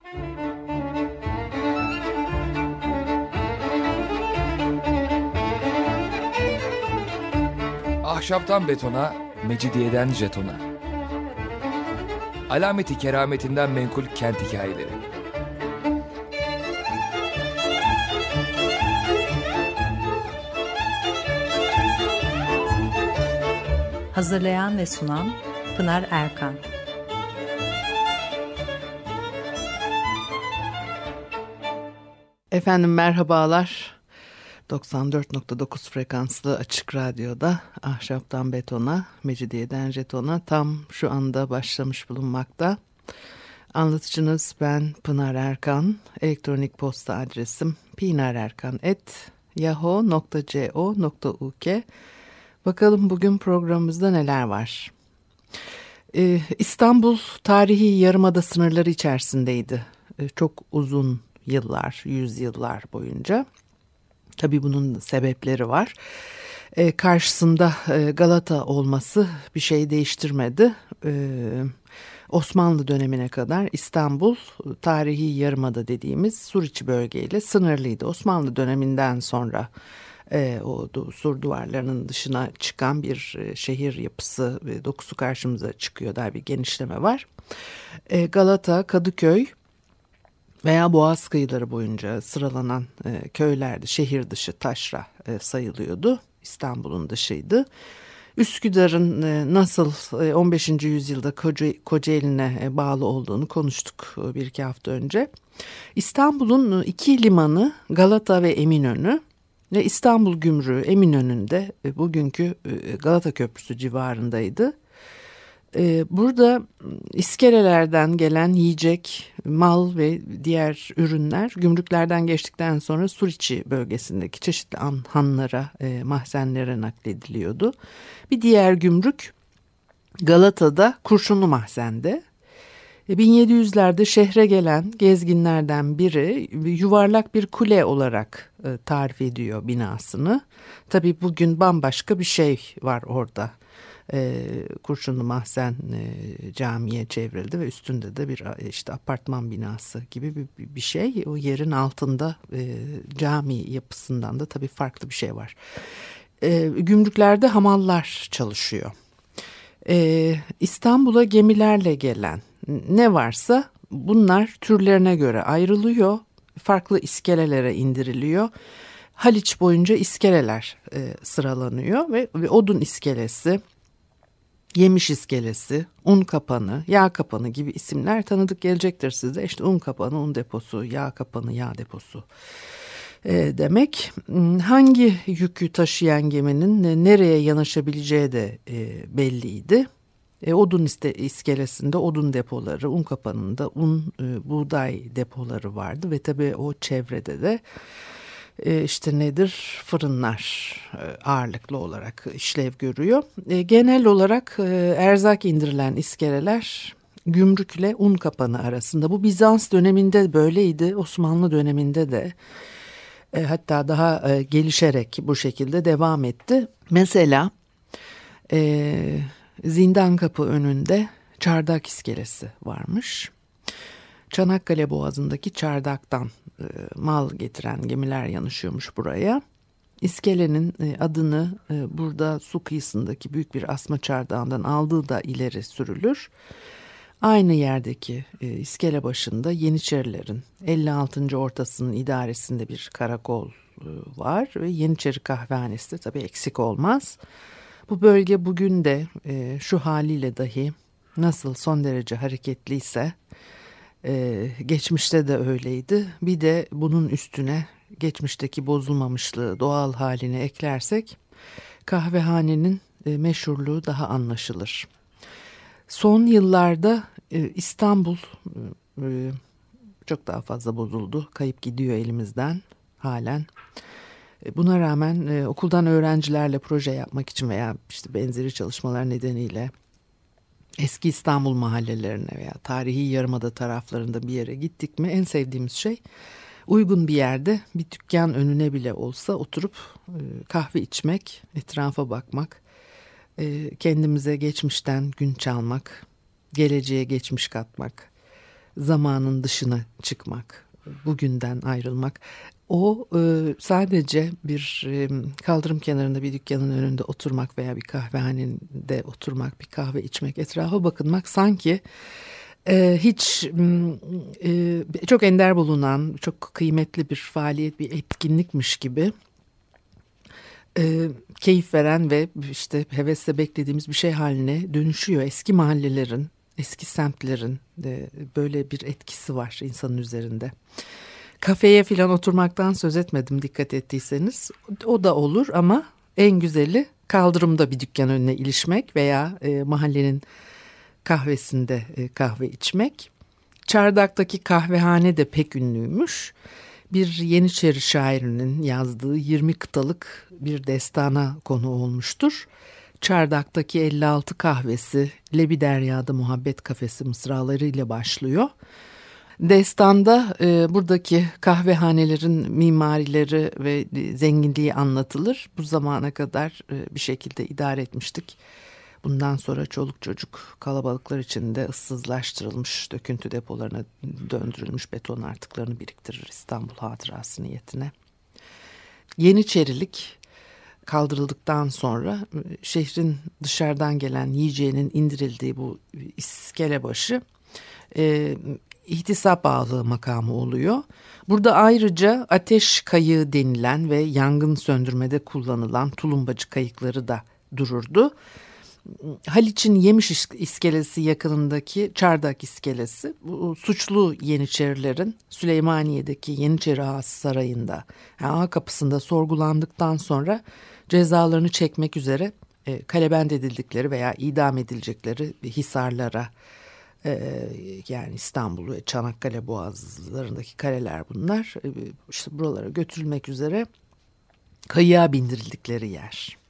Ahşaptan betona, mecidiyeden jetona. Alameti kerametinden menkul kent hikayeleri. Hazırlayan ve sunan Pınar Erkan. Efendim merhabalar. 94.9 frekanslı Açık Radyo'da Ahşaptan Betona, Mecidiyeden Jeton'a tam şu anda başlamış bulunmakta. Anlatıcınız ben Pınar Erkan. Elektronik posta adresim pinarerkan@yahoo.co.uk. Bakalım bugün programımızda neler var? İstanbul tarihi yarımada sınırları içerisindeydi. Çok uzun yıllar, yüzyıllar boyunca. Tabii bunun sebepleri var. Karşısında Galata olması bir şey değiştirmedi. Osmanlı dönemine kadar İstanbul tarihi yarımada dediğimiz Suriçi bölgeyle sınırlıydı. Osmanlı döneminden sonra o sur duvarlarının dışına çıkan bir şehir yapısı ve dokusu karşımıza çıkıyor. Daha bir genişleme var. Galata, Kadıköy veya Boğaz kıyıları boyunca sıralanan köylerde şehir dışı taşra sayılıyordu. İstanbul'un dışıydı. Üsküdar'ın nasıl 15. yüzyılda Kocaeli'ne bağlı olduğunu konuştuk bir iki hafta önce. İstanbul'un iki limanı Galata ve Eminönü ve İstanbul Gümrüğü Eminönü'nde bugünkü Galata Köprüsü civarındaydı. Burada iskelelerden gelen yiyecek, mal ve diğer ürünler gümrüklerden geçtikten sonra Suriçi bölgesindeki çeşitli hanlara, mahzenlere naklediliyordu. Bir diğer gümrük Galata'da Kurşunlu Mahzen'de. 1700'lerde şehre gelen gezginlerden biri yuvarlak bir kule olarak tarif ediyor binasını. Tabii bugün bambaşka bir şey var orada. Kurşunlu Mahzen camiye çevrildi ve üstünde de bir işte apartman binası gibi bir şey. O yerin altında cami yapısından da tabii farklı bir şey var. Gümrüklerde hamallar çalışıyor. İstanbul'a gemilerle gelen ne varsa bunlar türlerine göre ayrılıyor. Farklı iskelelere indiriliyor. Haliç boyunca iskeleler sıralanıyor ve odun iskelesi, yemiş iskelesi, un kapanı, yağ kapanı gibi isimler tanıdık gelecektir size. İşte un kapanı, un deposu, yağ kapanı, yağ deposu demek. Hangi yükü taşıyan geminin nereye yanaşabileceği de belliydi. Odun iskelesinde odun depoları, un kapanında un, buğday depoları vardı ve tabii o çevrede de işte nedir? Fırınlar ağırlıklı olarak işlev görüyor. Genel olarak erzak indirilen iskeleler gümrükle un kapanı arasında. Bu Bizans döneminde böyleydi, Osmanlı döneminde de hatta daha gelişerek bu şekilde devam etti. Mesela Zindankapı önünde çardak iskelesi varmış. Çanakkale Boğazı'ndaki çardaktan mal getiren gemiler yanaşıyormuş buraya. İskelenin adını burada su kıyısındaki büyük bir asma çardağından aldığı da ileri sürülür. Aynı yerdeki iskele başında Yeniçerilerin 56. ortasının idaresinde bir karakol var ve Yeniçeri kahvehanesi de tabii eksik olmaz. Bu bölge bugün de şu haliyle dahi nasıl son derece hareketliyse geçmişte de öyleydi. Bir de bunun üstüne geçmişteki bozulmamışlığı doğal haline eklersek kahvehanenin meşhurluğu daha anlaşılır. Son yıllarda İstanbul çok daha fazla bozuldu. Kayıp gidiyor elimizden halen. Buna rağmen okuldan öğrencilerle proje yapmak için veya işte benzeri çalışmalar nedeniyle eski İstanbul mahallelerine veya tarihi yarımada taraflarında bir yere gittik mi en sevdiğimiz şey uygun bir yerde bir dükkan önüne bile olsa oturup kahve içmek, etrafa bakmak, kendimize geçmişten gün çalmak, geleceğe geçmiş katmak. zamanın dışına çıkmak, bugünden ayrılmak. O sadece bir kaldırım kenarında bir dükkanın önünde oturmak veya bir kahvehanede oturmak, bir kahve içmek, etrafa bakınmak sanki hiç çok ender bulunan, çok kıymetli bir faaliyet, bir etkinlikmiş gibi keyif veren ve işte hevesle beklediğimiz bir şey haline dönüşüyor. Eski mahallelerin, eski semtlerin de böyle bir etkisi var insanın üzerinde. Kafeye falan oturmaktan söz etmedim dikkat ettiyseniz. O da olur ama en güzeli kaldırımda bir dükkan önüne ilişmek veya mahallenin kahvesinde kahve içmek. Çardak'taki kahvehane de pek ünlüymüş. Bir Yeniçeri şairinin yazdığı 20 kıtalık bir destana konu olmuştur. Çardak'taki 56 kahvesi, Lebi Derya'da Muhabbet Kafesi mısralarıyla başlıyor. Destanda buradaki kahvehanelerin mimarileri ve zenginliği anlatılır. Bu zamana kadar bir şekilde idare etmiştik. Bundan sonra çoluk çocuk kalabalıklar içinde ıssızlaştırılmış, döküntü depolarına döndürülmüş beton artıklarını biriktirir İstanbul hatırası niyetine. Yeniçerilik kaldırıldıktan sonra şehrin dışarıdan gelen yiyeceğinin indirildiği bu iskelebaşı ihtisap ağalığı makamı oluyor. Burada ayrıca ateş kayığı denilen ve yangın söndürmede kullanılan tulumbacı kayıkları da dururdu. Haliç'in Yemiş iskelesi yakınındaki Çardak iskelesi bu suçlu Yeniçerilerin Süleymaniye'deki Yeniçeri Ağası Sarayı'nda Ağa Kapısı'nda sorgulandıktan sonra cezalarını çekmek üzere kalebend edildikleri veya idam edilecekleri hisarlara yani İstanbul ve Çanakkale boğazlarındaki kaleler bunlar işte buralara götürülmek üzere kayığa bindirildikleri yer.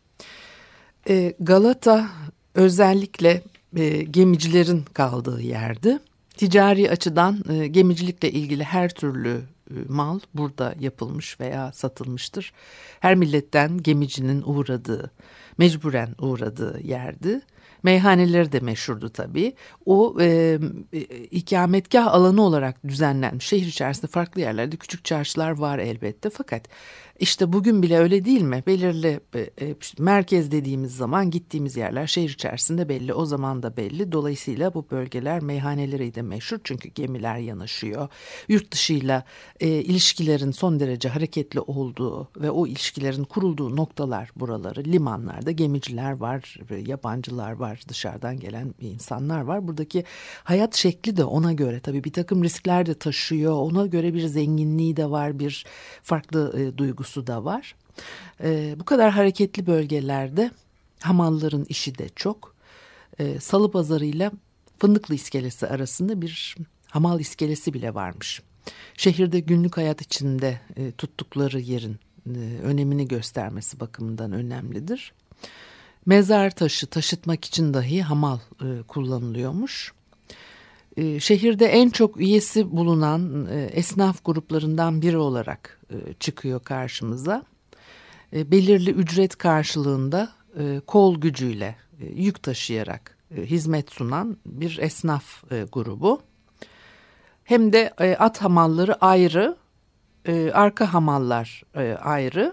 Galata özellikle gemicilerin kaldığı yerdi. Ticari açıdan gemicilikle ilgili her türlü mal burada yapılmış veya satılmıştır. Her milletten gemicinin uğradığı, mecburen uğradığı yerdi. Meyhaneleri de meşhurdu tabii. O ikametgah alanı olarak düzenlenmiş. Şehir içerisinde farklı yerlerde küçük çarşılar var elbette. Fakat işte bugün bile öyle değil mi? Belirli merkez dediğimiz zaman gittiğimiz yerler şehir içerisinde belli. O zaman da belli. Dolayısıyla bu bölgeler meyhaneleriyle meşhur. Çünkü gemiler yanaşıyor. Yurt dışıyla ilişkilerin son derece hareketli olduğu ve o ilişkilerin kurulduğu noktalar buraları. Limanlarda gemiciler var, yabancılar var, dışarıdan gelen insanlar var. Buradaki hayat şekli de ona göre tabii bir takım riskler de taşıyor. Ona göre bir zenginliği de var, bir farklı duygusu da var. Bu kadar hareketli bölgelerde hamalların işi de çok. Salı Pazarı'yla Fındıklı iskelesi arasında bir hamal iskelesi bile varmış. Şehirde günlük hayat içinde tuttukları yerin önemini göstermesi bakımından önemlidir. Mezar taşı taşıtmak için dahi hamal kullanılıyormuş. Şehirde en çok üyesi bulunan esnaf gruplarından biri olarak çıkıyor karşımıza. Belirli ücret karşılığında kol gücüyle yük taşıyarak hizmet sunan bir esnaf grubu. Hem de at hamalları ayrı, arka hamallar ayrı.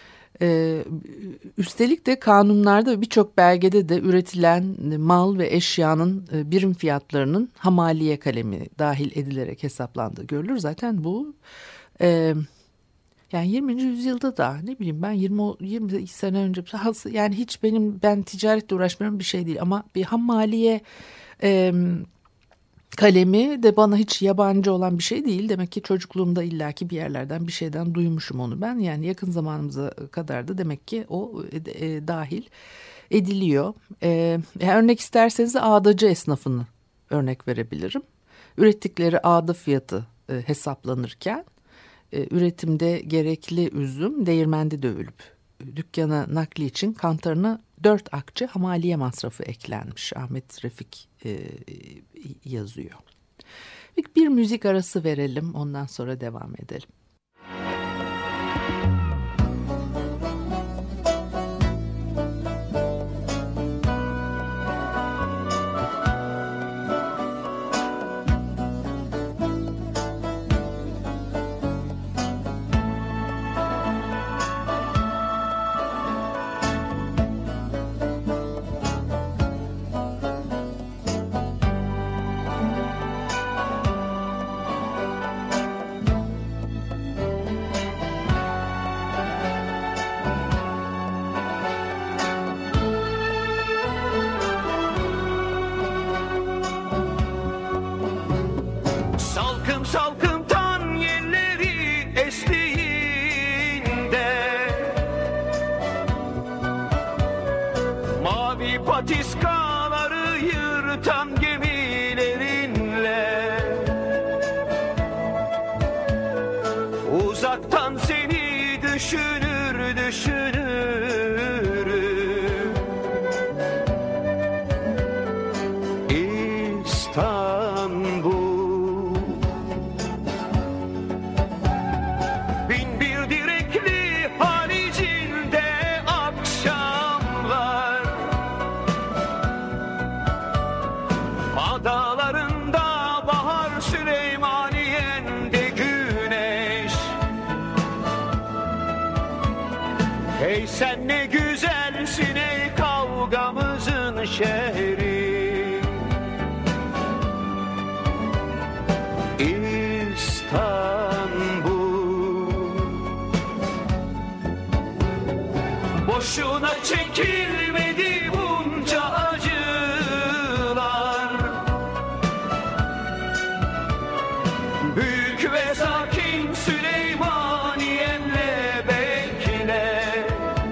Üstelik de kanunlarda ve birçok belgede de üretilen mal ve eşyanın birim fiyatlarının hamaliye kalemi dahil edilerek hesaplandığı görülür. Zaten bu yani 20. yüzyılda da ne bileyim ben 20 sene önce yani hiç ben ticaretle uğraşmıyorum bir şey değil ama bir hamaliye kalemi de bana hiç yabancı olan bir şey değil. Demek ki çocukluğumda illaki bir yerlerden bir şeyden duymuşum onu ben. Yani yakın zamanımıza kadar da demek ki o dahil ediliyor. Örnek isterseniz ağdacı esnafını örnek verebilirim. Ürettikleri ağda fiyatı hesaplanırken üretimde gerekli üzüm değirmende dövülüp dükkana nakli için kantarına 4 akçe hamaliye masrafı eklenmiş. Ahmet Refik yazıyor. Bir müzik arası verelim, ondan sonra devam edelim. salkım tan yelleri estiğinde, mavi patiskaları yırtan gemilerinle, uzaktan seni düşünür düşünürüm. İstanbul, bin bir direkli haricinde akşamlar, adalarında bahar, Süleymaniye'nde güneş. Hey sen ne güzelsin ey kavgamızın şehri. İstanbul, boşuna çekilmedi bunca acılar. Büyük ve sakin Süleymaniye'nle bekle,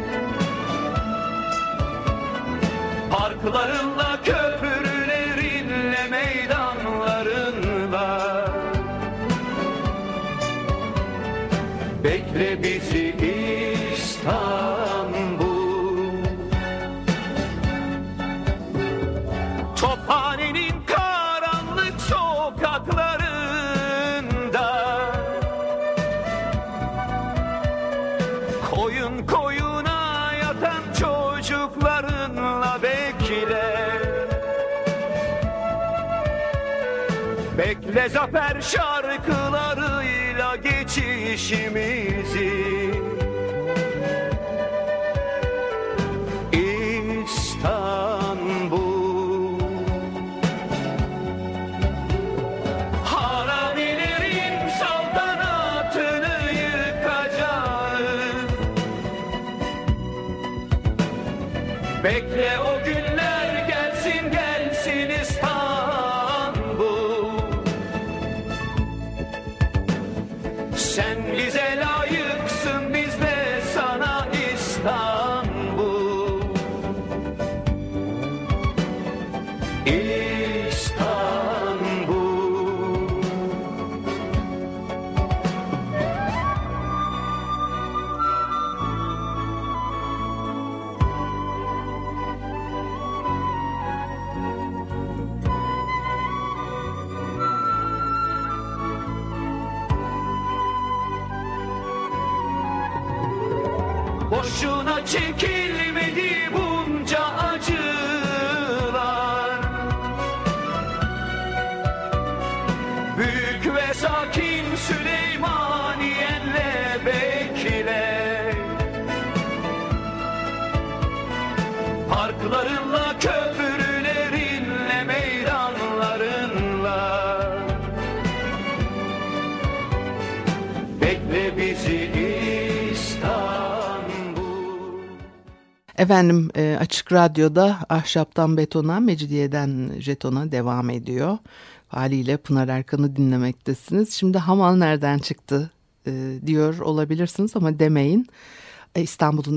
parklarınla, köprülerinle, meydanlarınla. Bekle bizi İstanbul. Tophane'nin karanlık sokaklarında, koyun koyuna yatan çocuklarınla bekle. Bekle zafer şarkılarıyla geçişimizi. İstanbul, haranelerin saltanatını yıkacağız. Bekle o günler gelsin gelsin İstanbul. Sen bize layıksın, biz de sana İstanbul. İstanbul. Boşuna çekilmedi bunca acılar. Büyük ve sakin Süleymaniye'nle bekle, parklarınla, köprülerinle, meydanlarınla. Bekle bizi İstanbul. Efendim Açık Radyo'da Ahşaptan Betona, Mecidiyeden Jeton'a devam ediyor. Haliyle Pınar Erkan'ı dinlemektesiniz. Şimdi hamal nereden çıktı diyor olabilirsiniz ama demeyin. İstanbul'un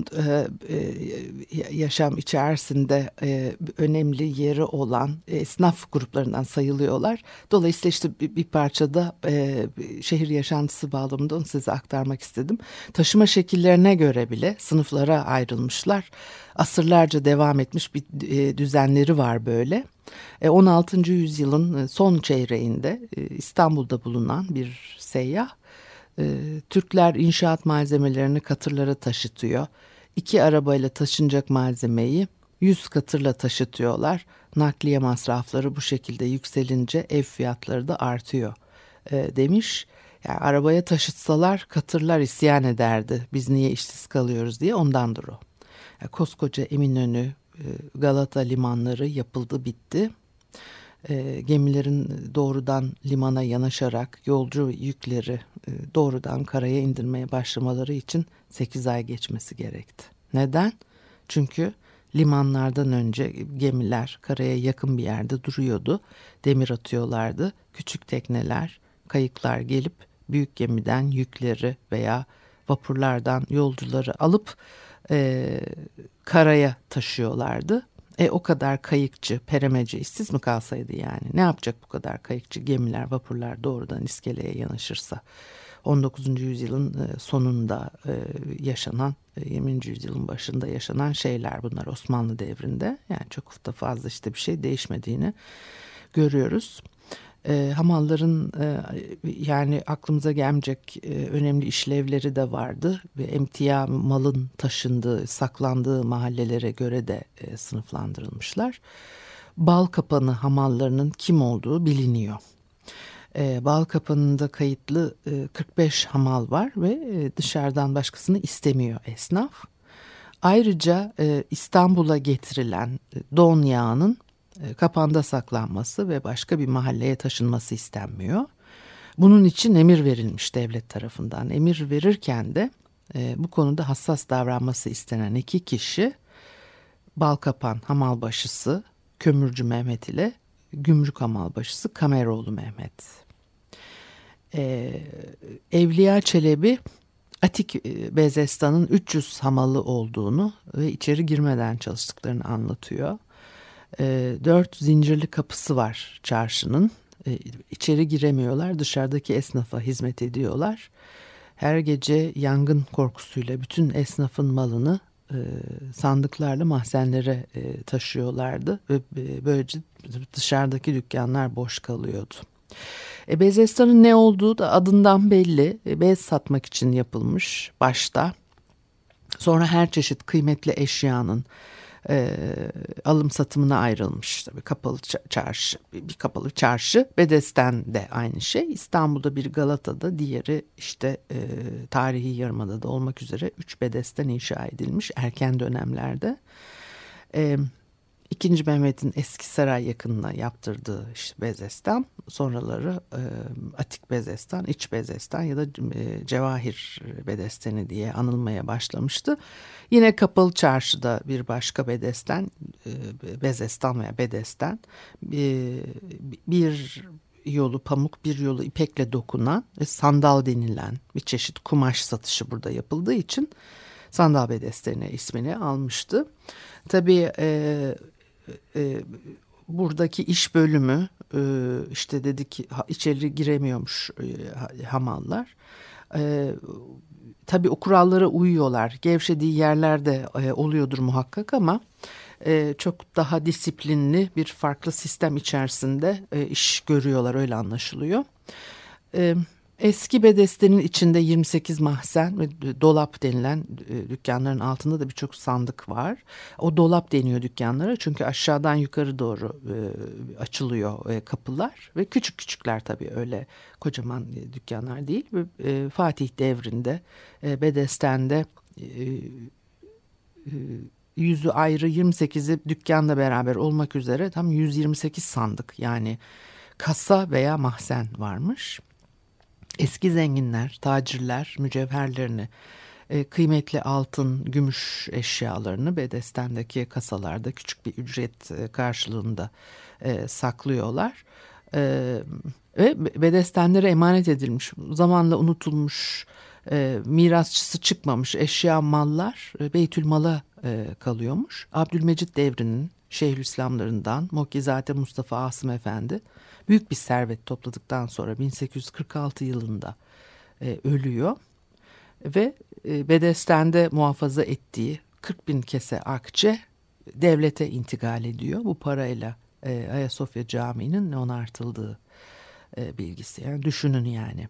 yaşam içerisinde önemli yeri olan esnaf gruplarından sayılıyorlar. Dolayısıyla işte bir parçada şehir yaşantısı bağlamında onu size aktarmak istedim. Taşıma şekillerine göre bile sınıflara ayrılmışlar. Asırlarca devam etmiş bir düzenleri var böyle. 16. yüzyılın son çeyreğinde İstanbul'da bulunan bir seyyah, Türkler inşaat malzemelerini katırlara taşıtıyor. 2 arabayla taşınacak malzemeyi 100 katırla taşıtıyorlar. Nakliye masrafları bu şekilde yükselince ev fiyatları da artıyor demiş. Yani arabaya taşıtsalar katırlar isyan ederdi. Biz niye işsiz kalıyoruz diye, ondandır o. Yani koskoca Eminönü, Galata limanları yapıldı bitti. Gemilerin doğrudan limana yanaşarak yolcu yükleri doğrudan karaya indirmeye başlamaları için 8 ay geçmesi gerekti. Neden? Çünkü limanlardan önce gemiler karaya yakın bir yerde duruyordu. Demir atıyorlardı. Küçük tekneler kayıklar gelip büyük gemiden yükleri veya vapurlardan yolcuları alıp karaya taşıyorlardı. O kadar kayıkçı, peremeci işsiz mi kalsaydı yani? Ne yapacak bu kadar kayıkçı, gemiler, vapurlar doğrudan iskeleye yanaşırsa? 19. yüzyılın sonunda yaşanan, 20. yüzyılın başında yaşanan şeyler bunlar Osmanlı devrinde. Yani çok da fazla işte bir şey değişmediğini görüyoruz. Hamalların yani aklımıza gelmeyecek önemli işlevleri de vardı ve emtia malın taşındığı, saklandığı mahallelere göre de sınıflandırılmışlar. Balkapanı hamallarının kim olduğu biliniyor. Balkapanı'nda kayıtlı 45 hamal var ve dışarıdan başkasını istemiyor esnaf. Ayrıca İstanbul'a getirilen don yağının kapanda saklanması ve başka bir mahalleye taşınması istenmiyor. Bunun için emir verilmiş devlet tarafından. Emir verirken de bu konuda hassas davranması istenen 2 kişi Balkapan hamalbaşısı Kömürcü Mehmet ile Gümrük hamalbaşısı Kameroğlu Mehmet. Evliya Çelebi Atik Bezestan'ın 300 hamalı olduğunu ve içeri girmeden çalıştıklarını anlatıyor. 4 zincirli kapısı var çarşının. İçeri giremiyorlar, dışarıdaki esnafa hizmet ediyorlar. Her gece yangın korkusuyla bütün esnafın malını sandıklarla mahzenlere taşıyorlardı ve böylece dışarıdaki dükkanlar boş kalıyordu. Bezestan'ın ne olduğu da adından belli. Bez satmak için yapılmış başta. Sonra her çeşit kıymetli eşyanın alım satımına ayrılmış. Tabii kapalı çarşı, bir kapalı çarşı. Bedesten de aynı şey. İstanbul'da bir, Galata'da, diğeri işte tarihi Yarımada'da olmak üzere 3 bedesten inşa edilmiş erken dönemlerde. 2. Mehmet'in Eski Saray yakınına yaptırdığı işte Bezestan, sonraları Atik Bezestan, İç Bezestan ya da Cevahir Bedesteni diye anılmaya başlamıştı. Yine Kapalı Çarşı'da bir başka Bedestan, Bezestan veya Bedesten, bir yolu pamuk, bir yolu ipekle dokunan ve sandal denilen bir çeşit kumaş satışı burada yapıldığı için Sandal Bedesteni ismini almıştı. Tabii buradaki iş bölümü işte dedik içeri giremiyormuş hamallar. Tabii o kurallara uyuyorlar. Gevşediği yerlerde oluyordur muhakkak ama çok daha disiplinli bir farklı sistem içerisinde iş görüyorlar, öyle anlaşılıyor. Eski bedestenin içinde 28 mahzen ve dolap denilen dükkanların altında da birçok sandık var. O dolap deniyor dükkanlara çünkü aşağıdan yukarı doğru açılıyor kapılar ve küçük küçükler tabii, öyle kocaman dükkanlar değil. Fatih devrinde bedestende yüzü ayrı 28'i dükkanla beraber olmak üzere tam 128 sandık, yani kasa veya mahzen varmış. Eski zenginler, tacirler mücevherlerini, kıymetli altın, gümüş eşyalarını bedestendeki kasalarda küçük bir ücret karşılığında saklıyorlar. Ve bedestenlere emanet edilmiş, zamanla unutulmuş, mirasçısı çıkmamış eşya, mallar Beytülmal'a kalıyormuş. Abdülmecit devrinin Şeyhülislamlarından Mukkizade Mustafa Asım Efendi büyük bir servet topladıktan sonra 1846 yılında ölüyor ve bedestende muhafaza ettiği 40.000 kese akçe devlete intikal ediyor. Bu parayla Ayasofya Camii'nin onartıldığı bilgisi. Yani düşünün yani.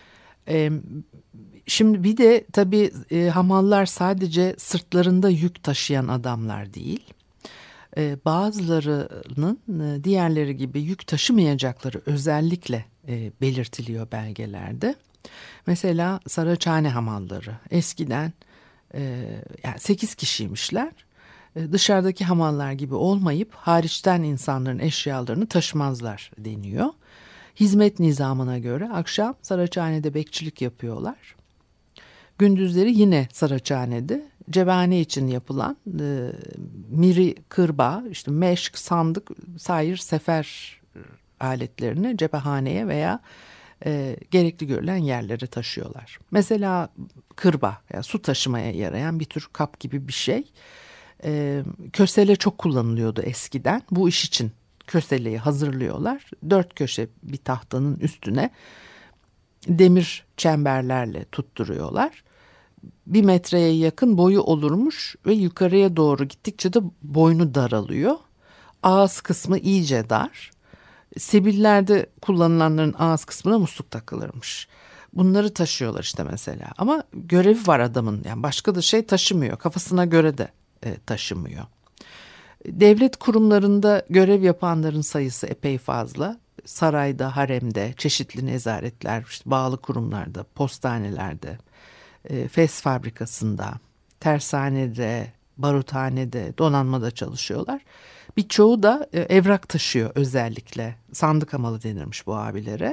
Şimdi bir de tabii hamallar sadece sırtlarında yük taşıyan adamlar değil. Bazılarının diğerleri gibi yük taşımayacakları özellikle belirtiliyor belgelerde. Mesela Saraçhane hamalları eskiden yani 8 kişiymişler. Dışarıdaki hamallar gibi olmayıp hariçten insanların eşyalarını taşımazlar deniyor. Hizmet nizamına göre akşam Saraçhane'de bekçilik yapıyorlar. Gündüzleri yine Saraçhane'de cephane için yapılan miri, kırbağı, işte meşk, sandık, sair sefer aletlerini cephaneye veya gerekli görülen yerlere taşıyorlar. Mesela kırba, yani su taşımaya yarayan bir tür kap gibi bir şey. Kösele çok kullanılıyordu eskiden. Bu iş için köseleyi hazırlıyorlar. 4 köşe bir tahtanın üstüne demir çemberlerle tutturuyorlar. 1 metreye yakın boyu olurmuş ve yukarıya doğru gittikçe de boynu daralıyor. Ağız kısmı iyice dar. Sebillerde kullanılanların ağız kısmına musluk takılırmış. Bunları taşıyorlar işte mesela. Ama görevi var adamın. Yani başka da şey taşımıyor. Kafasına göre de taşımıyor. Devlet kurumlarında görev yapanların sayısı epey fazla. Sarayda, haremde, çeşitli nezaretler, işte bağlı kurumlarda, postanelerde, fes fabrikasında, tersanede, baruthanede, donanmada çalışıyorlar. Birçoğu da evrak taşıyor özellikle. Sandık hamalı denirmiş bu abilere.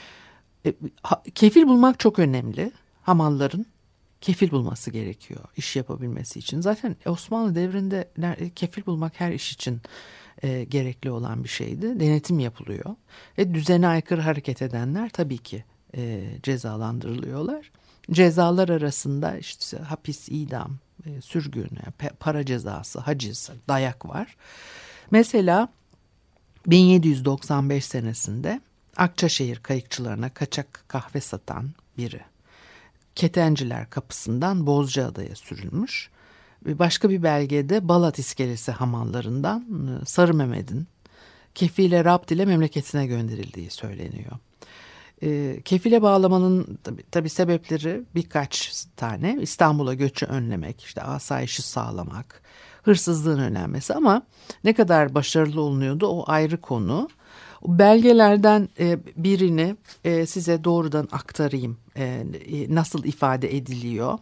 Kefil bulmak çok önemli. Hamalların kefil bulması gerekiyor iş yapabilmesi için. Zaten Osmanlı devrinde kefil bulmak her iş için gerekli olan bir şeydi. Denetim yapılıyor. Düzene aykırı hareket edenler tabii ki cezalandırılıyorlar. Cezalar arasında işte hapis, idam, sürgün, para cezası, haciz, dayak var. Mesela 1795 senesinde Akçaşehir kayıkçılarına kaçak kahve satan biri Ketenciler kapısından Bozcaada'ya sürülmüş. Başka bir belgede Balat iskelesi hamallarından Sarı Mehmet'in kefile rapt ile memleketine gönderildiği söyleniyor. Kefile bağlamanın tabii sebepleri birkaç tane. İstanbul'a göçü önlemek, işte asayişi sağlamak, hırsızlığın önlenmesi, ama ne kadar başarılı olunuyordu o ayrı konu. Belgelerden birini size doğrudan aktarayım. Nasıl ifade ediliyor?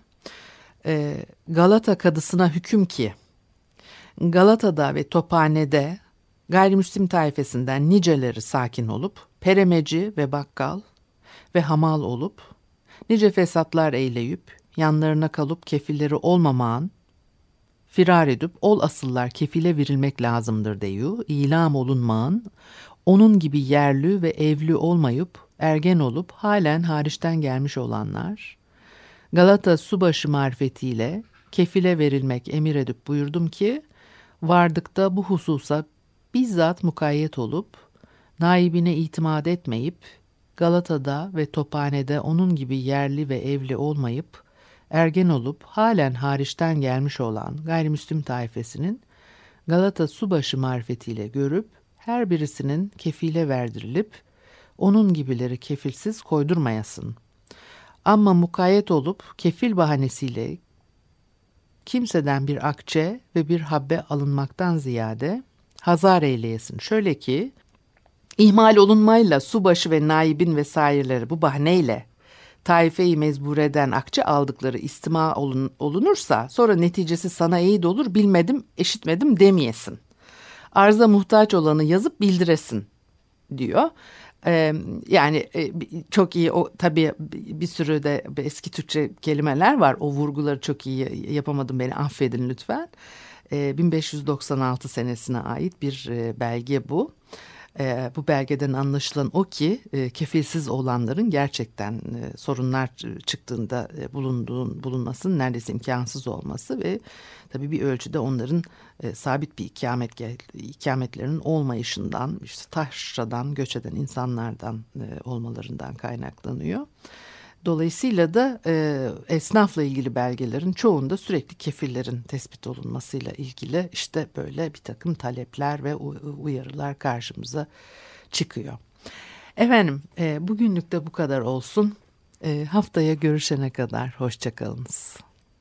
Galata kadısına hüküm ki Galata'da ve Tophane'de gayrimüslim taifesinden niceleri sakin olup peremeci ve bakkal ve hamal olup nice fesatlar eyleyip yanlarına kalıp kefilleri olmamağın firar edip ol asıllar kefile verilmek lazımdır deyu ilam olunmağın onun gibi yerli ve evli olmayıp ergen olup halen hariçten gelmiş olanlar Galata subaşı marifetiyle kefile verilmek emir edip buyurdum ki vardıkta bu hususa bizzat mukayyet olup naibine itimat etmeyip Galata'da ve Tophane'de onun gibi yerli ve evli olmayıp ergen olup halen hariçten gelmiş olan gayrimüslim taifesinin Galata subaşı marifetiyle görüp her birisinin kefile verdirilip onun gibileri kefilsiz koydurmayasın. Ama mukayyet olup kefil bahanesiyle kimseden bir akçe ve bir habbe alınmaktan ziyade hazar eyleyesin. Şöyle ki ihmal olunmayla subaşı ve naibin vesairleri bu bahaneyle taife-i mezbureden akçe aldıkları istima olunursa sonra neticesi sana iyi olur bilmedim eşitmedim demeyesin. Arza muhtaç olanı yazıp bildiresin diyor. Yani çok iyi o tabii bir sürü de eski Türkçe kelimeler var. O vurguları çok iyi yapamadım, beni affedin lütfen. 1596 senesine ait bir belge bu. Bu belgeden anlaşılan o ki kefilsiz olanların gerçekten sorunlar çıktığında bulunmasının neredeyse imkansız olması ve tabii bir ölçüde onların sabit bir ikametlerinin olmayışından, işte taşradan göç eden insanlardan olmalarından kaynaklanıyor. Dolayısıyla da esnafla ilgili belgelerin çoğunda sürekli kefillerin tespit olunmasıyla ilgili işte böyle bir takım talepler ve uyarılar karşımıza çıkıyor. Efendim bugünlük de bu kadar olsun. Haftaya görüşene kadar hoşçakalınız.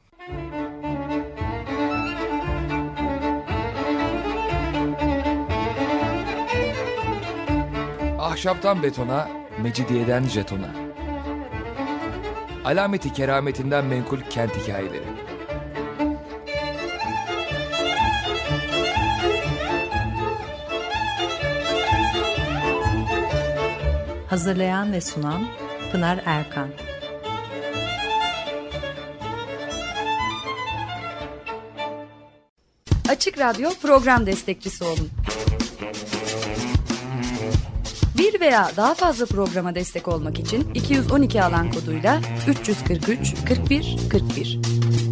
Ahşaptan betona, mecidiyeden jetona. Alameti kerametinden menkul kent hikayeleri. Hazırlayan ve sunan Pınar Erkan. Açık Radyo program destekçisi olun. Bir veya daha fazla programa destek olmak için 212 alan koduyla 343 41 41.